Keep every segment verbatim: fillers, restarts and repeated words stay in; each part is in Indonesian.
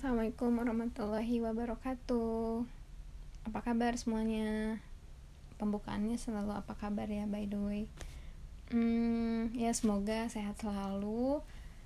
Assalamualaikum warahmatullahi wabarakatuh. Apa kabar semuanya? Pembukaannya selalu apa kabar ya, by the way. Hmm, ya semoga sehat selalu.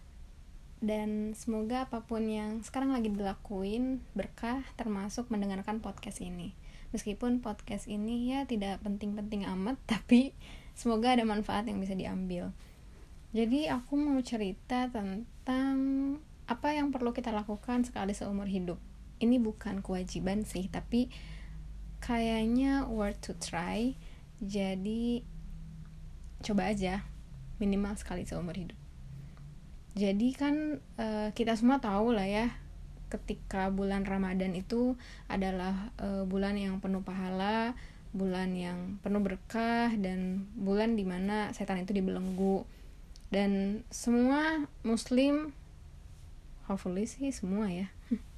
Dan semoga apapun yang sekarang lagi dilakuin berkah, termasuk mendengarkan podcast ini. Meskipun podcast ini ya tidak penting-penting amat, tapi semoga ada manfaat yang bisa diambil. Jadi aku mau cerita tentang apa yang perlu kita lakukan sekali seumur hidup. Ini bukan kewajiban sih, tapi kayaknya worth to try. Jadi coba aja, minimal sekali seumur hidup. Jadi kan e, kita semua tahu lah ya, ketika bulan Ramadan itu adalah e, bulan yang penuh pahala, bulan yang penuh berkah, dan bulan dimana setan itu dibelenggu. Dan semua muslim, hopefully sih semua ya,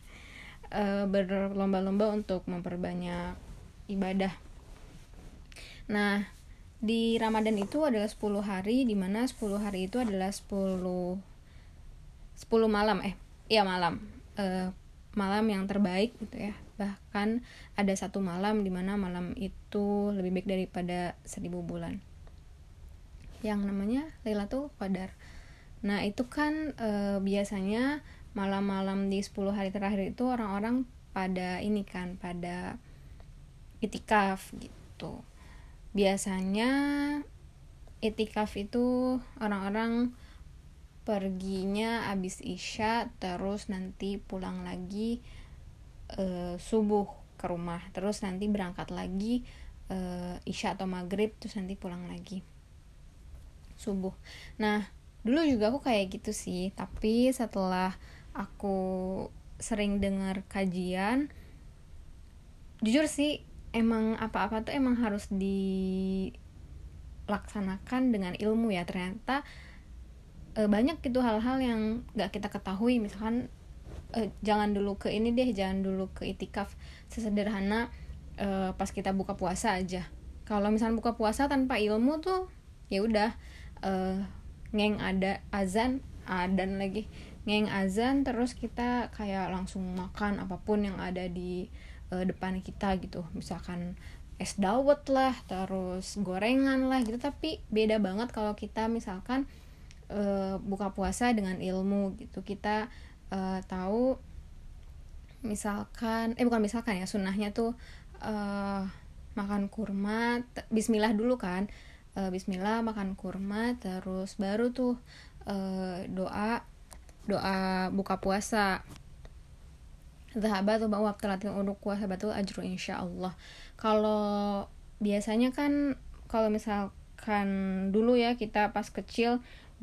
e, berlomba-lomba untuk memperbanyak ibadah. Nah, di Ramadan itu adalah sepuluh hari, di mana sepuluh hari itu adalah sepuluh sepuluh malam eh iya malam. E, malam yang terbaik gitu ya. Bahkan ada satu malam di mana malam itu lebih baik daripada seribu bulan. Yang namanya Lailatul Qadar. Nah, itu kan e, biasanya malam-malam di sepuluh hari terakhir itu orang-orang pada ini kan, pada itikaf gitu. Biasanya itikaf itu orang-orang perginya abis isya, terus nanti pulang lagi e, subuh ke rumah, terus nanti berangkat lagi e, isya atau maghrib, terus nanti pulang lagi subuh. Nah, dulu juga aku kayak gitu sih, tapi setelah aku sering dengar kajian, jujur sih emang apa-apa tuh emang harus dilaksanakan dengan ilmu ya. Ternyata e, banyak gitu hal-hal yang gak kita ketahui. Misalkan e, jangan dulu ke ini deh, jangan dulu ke itikaf sesederhana e, pas kita buka puasa aja. Kalau misalnya buka puasa tanpa ilmu tuh ya udah e, ngeng ada azan, adan lagi ngeng azan, terus kita kayak langsung makan apapun yang ada di e, depan kita gitu. Misalkan es dawet lah, terus gorengan lah gitu. Tapi beda banget kalau kita misalkan e, buka puasa dengan ilmu gitu. Kita e, tahu misalkan eh bukan misalkan ya, sunnahnya tuh e, makan kurma, t- bismillah dulu kan. E, bismillah makan kurma, terus baru tuh e, doa doa buka puasa. Zahabatu ba'u abtalatin untuk puasa batul ajru insyaallah. Kalau biasanya kan kalau misalkan dulu ya kita pas kecil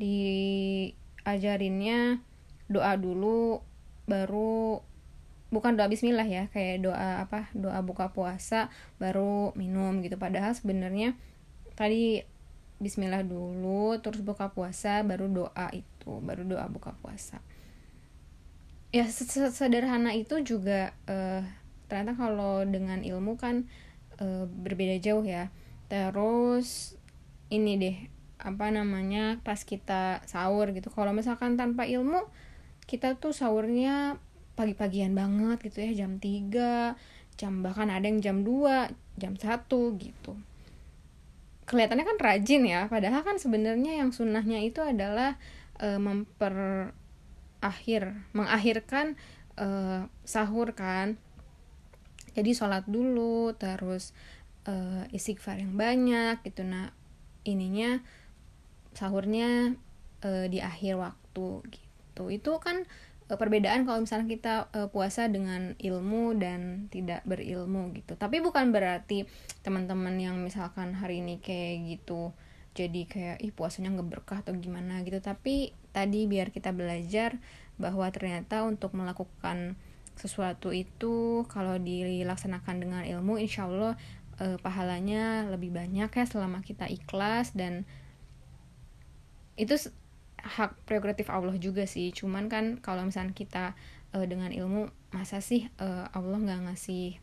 diajarinnya doa dulu baru, bukan doa bismillah ya, kayak doa apa? Doa buka puasa baru minum gitu. Padahal sebenarnya tadi bismillah dulu, terus buka puasa, baru doa itu, baru doa buka puasa. Ya sederhana itu juga eh, ternyata kalau dengan ilmu kan eh, berbeda jauh ya. Terus ini deh, apa namanya, pas kita sahur gitu. Kalau misalkan tanpa ilmu, kita tuh sahurnya pagi-pagian banget gitu ya, jam tiga, jam bahkan ada yang jam dua, jam satu gitu. Kelihatannya kan rajin ya, padahal kan sebenarnya yang sunnahnya itu adalah e, memper-akhir, mengakhirkan e, sahur kan. Jadi sholat dulu, terus e, istighfar yang banyak gitu. Nah, ininya sahurnya e, di akhir waktu gitu. Itu kan e, perbedaan kalau misalnya kita e, puasa dengan ilmu dan tidak berilmu gitu. Tapi bukan berarti teman-teman yang misalkan hari ini kayak gitu jadi kayak ih puasanya nggak berkah atau gimana gitu. Tapi tadi biar kita belajar bahwa ternyata untuk melakukan sesuatu itu kalau dilaksanakan dengan ilmu, insya Allah e, pahalanya lebih banyak ya selama kita ikhlas. Dan itu hak prerogatif Allah juga sih. Cuman kan kalau misalnya kita e, dengan ilmu, masa sih e, Allah nggak ngasih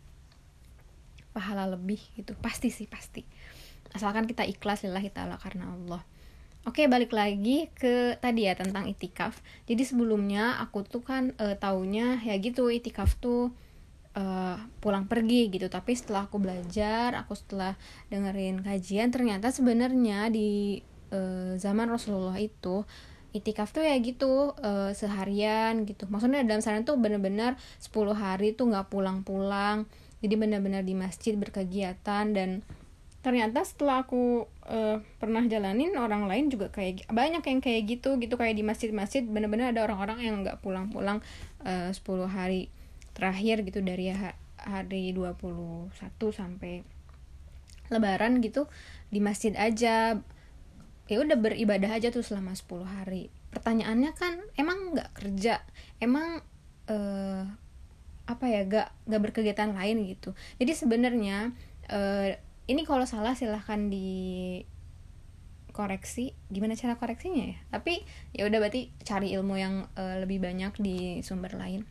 pahala lebih gitu? Pasti sih, pasti, asalkan kita ikhlas lillahi ta'ala karena Allah. Oke, balik lagi ke tadi ya tentang itikaf. Jadi sebelumnya aku tuh kan e, taunya ya gitu, itikaf tuh e, pulang pergi gitu. Tapi setelah aku belajar, aku setelah dengerin kajian, ternyata sebenarnya di e, zaman Rasulullah itu itikaf tuh ya gitu, e, seharian gitu. Maksudnya dalam sana tuh benar-benar sepuluh hari tuh nggak pulang-pulang. Jadi benar-benar di masjid berkegiatan. Dan ternyata setelah aku uh, pernah jalanin, orang lain juga kayak banyak yang kayak gitu gitu kayak di masjid-masjid bener-bener ada orang-orang yang nggak pulang-pulang uh, sepuluh hari terakhir gitu, dari ha- hari dua puluh satu sampai lebaran gitu di masjid aja, ya udah beribadah aja tuh selama sepuluh hari. Pertanyaannya kan, emang nggak kerja, emang uh, apa ya, nggak nggak berkegiatan lain gitu. Jadi sebenarnya uh, ini kalau salah silahkan dikoreksi, gimana cara koreksinya ya, tapi ya udah berarti cari ilmu yang uh, lebih banyak di sumber lain.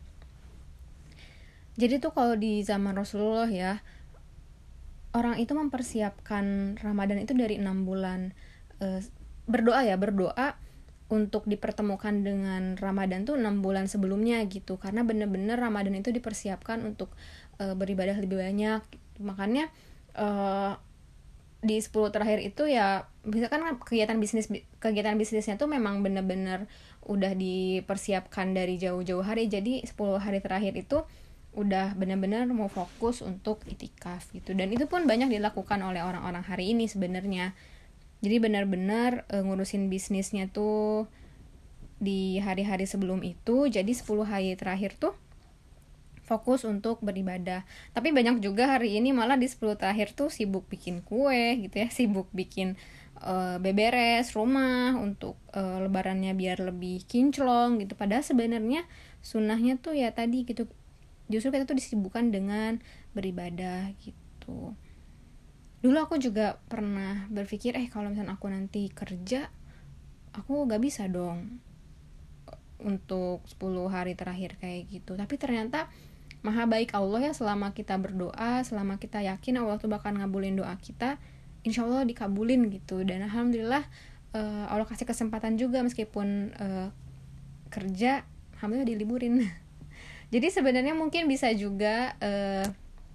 Jadi tuh kalau di zaman Rasulullah ya, orang itu mempersiapkan Ramadan itu dari enam bulan, uh, berdoa ya berdoa untuk dipertemukan dengan Ramadan tuh enam bulan sebelumnya gitu, karena bener-bener Ramadan itu dipersiapkan untuk uh, beribadah lebih banyak. Makanya Uh, di sepuluh terakhir itu ya misalkan kegiatan bisnis kegiatan bisnisnya tuh memang benar-benar udah dipersiapkan dari jauh-jauh hari. Jadi sepuluh hari terakhir itu udah benar-benar mau fokus untuk itikaf gitu. Dan itu pun banyak dilakukan oleh orang-orang hari ini sebenarnya. Jadi benar-benar uh, ngurusin bisnisnya tuh di hari-hari sebelum itu. Jadi sepuluh hari terakhir tuh fokus untuk beribadah. Tapi banyak juga hari ini malah di sepuluh terakhir tuh sibuk bikin kue gitu ya, sibuk bikin uh, beberes rumah untuk uh, lebarannya biar lebih kinclong gitu. Padahal sebenarnya sunnahnya tuh ya tadi gitu, justru kita tuh disibukkan dengan beribadah gitu. Dulu aku juga pernah berpikir, eh kalau misalnya aku nanti kerja, aku gak bisa dong untuk sepuluh hari terakhir kayak gitu. Tapi ternyata maha baik Allah ya, selama kita berdoa, selama kita yakin Allah tuh bakal ngabulin doa kita, insya Allah dikabulin gitu. Dan alhamdulillah uh, Allah kasih kesempatan juga meskipun uh, kerja, alhamdulillah diliburin. Jadi sebenarnya mungkin bisa juga uh,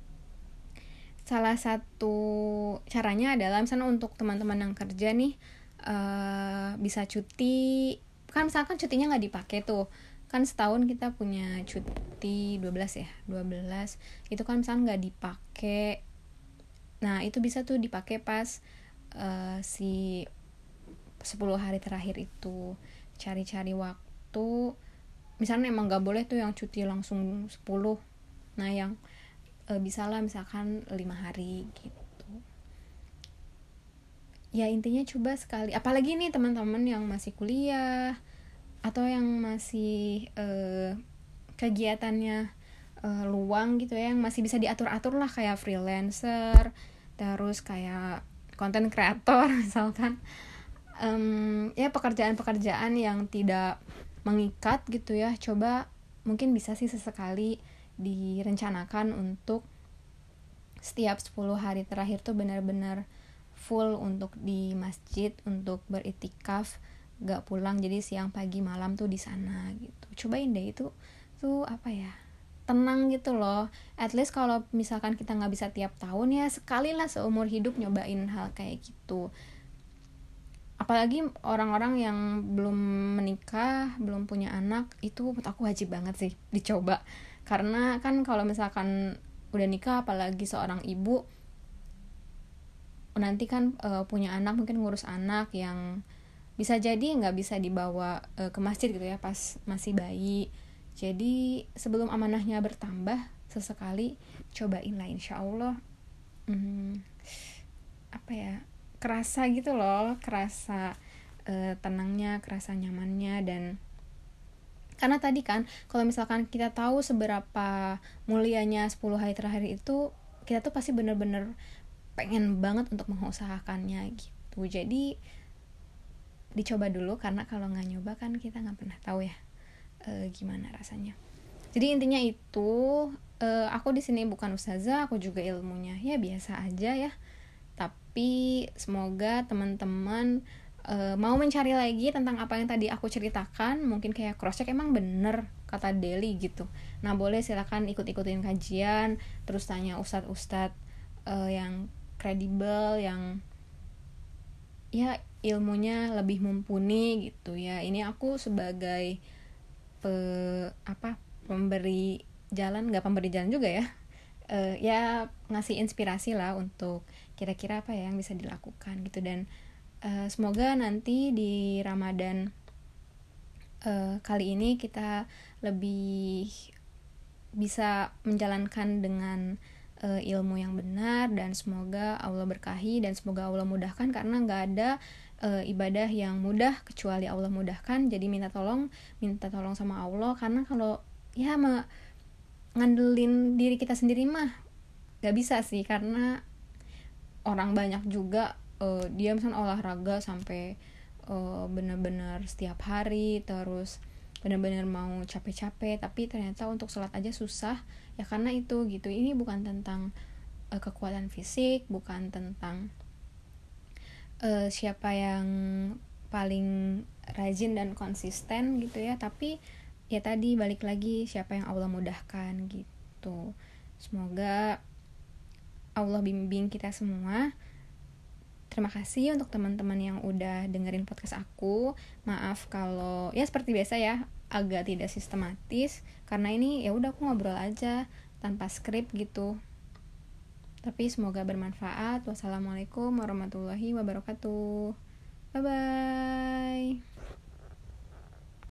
salah satu caranya adalah misalnya untuk teman-teman yang kerja nih, uh, bisa cuti, kan misalkan cutinya nggak dipakai tuh, kan setahun kita punya cuti dua belas ya, dua belas itu kan misalnya nggak dipakai, nah itu bisa tuh dipakai pas uh, si sepuluh hari terakhir itu. Cari-cari waktu, misalnya emang nggak boleh tuh yang cuti langsung sepuluh, nah yang uh, bisa lah misalkan lima hari gitu. Ya intinya coba sekali, apalagi nih teman-teman yang masih kuliah atau yang masih uh, kegiatannya uh, luang gitu ya, yang masih bisa diatur-atur lah, kayak freelancer, terus kayak content creator misalkan, um, ya pekerjaan-pekerjaan yang tidak mengikat gitu ya, coba mungkin bisa sih sesekali direncanakan untuk setiap sepuluh hari terakhir tuh benar-benar full untuk di masjid, untuk beritikaf, gak pulang, jadi siang pagi malam tuh di sana gitu. Cobain deh, itu tuh apa ya, tenang gitu loh. At least kalau misalkan kita nggak bisa tiap tahun, ya sekali lah seumur hidup nyobain hal kayak gitu. Apalagi orang-orang yang belum menikah, belum punya anak, itu menurut aku wajib banget sih dicoba. Karena kan kalau misalkan udah nikah, apalagi seorang ibu nanti kan uh, punya anak, mungkin ngurus anak yang bisa jadi nggak bisa dibawa uh, ke masjid gitu ya pas masih bayi. Jadi sebelum amanahnya bertambah, sesekali cobain lah, insya Allah hmm, apa ya, kerasa gitu loh, kerasa uh, tenangnya, kerasa nyamannya. Dan karena tadi kan kalau misalkan kita tahu seberapa mulianya sepuluh hari terakhir itu, kita tuh pasti bener-bener pengen banget untuk mengusahakannya gitu. Jadi dicoba dulu, karena kalau nggak nyoba kan kita nggak pernah tahu ya e, gimana rasanya. Jadi intinya itu, e, aku di sini bukan ustazah, aku juga ilmunya ya biasa aja ya. Tapi semoga teman-teman uh, mau mencari lagi tentang apa yang tadi aku ceritakan, mungkin kayak cross check emang bener kata Deli gitu, nah boleh silakan ikut-ikutin kajian, terus tanya ustadz-ustadz uh, yang kredibel, yang ya ilmunya lebih mumpuni gitu ya. Ini aku sebagai pe, apa pemberi jalan, nggak pemberi jalan juga ya, uh, ya ngasih inspirasi lah untuk kira-kira apa ya yang bisa dilakukan gitu. Dan uh, semoga nanti di Ramadan uh, kali ini kita lebih bisa menjalankan dengan uh, ilmu yang benar, dan semoga Allah berkahi dan semoga Allah mudahkan, karena nggak ada uh, ibadah yang mudah kecuali Allah mudahkan. Jadi minta tolong minta tolong sama Allah, karena kalau ya ma- ngandelin diri kita sendiri mah nggak bisa sih, karena orang banyak juga uh, dia misalnya olahraga sampai uh, benar-benar setiap hari, terus benar-benar mau capek-capek, tapi ternyata untuk sholat aja susah ya, karena itu gitu. Ini bukan tentang uh, kekuatan fisik, bukan tentang uh, siapa yang paling rajin dan konsisten gitu ya, tapi ya tadi balik lagi siapa yang Allah mudahkan gitu. Semoga Allah bimbing kita semua. Terima kasih untuk teman-teman yang udah dengerin podcast aku. Maaf kalau ya seperti biasa ya agak tidak sistematis, karena ini ya udah aku ngobrol aja tanpa skrip gitu. Tapi semoga bermanfaat. Wassalamualaikum warahmatullahi wabarakatuh. Bye bye.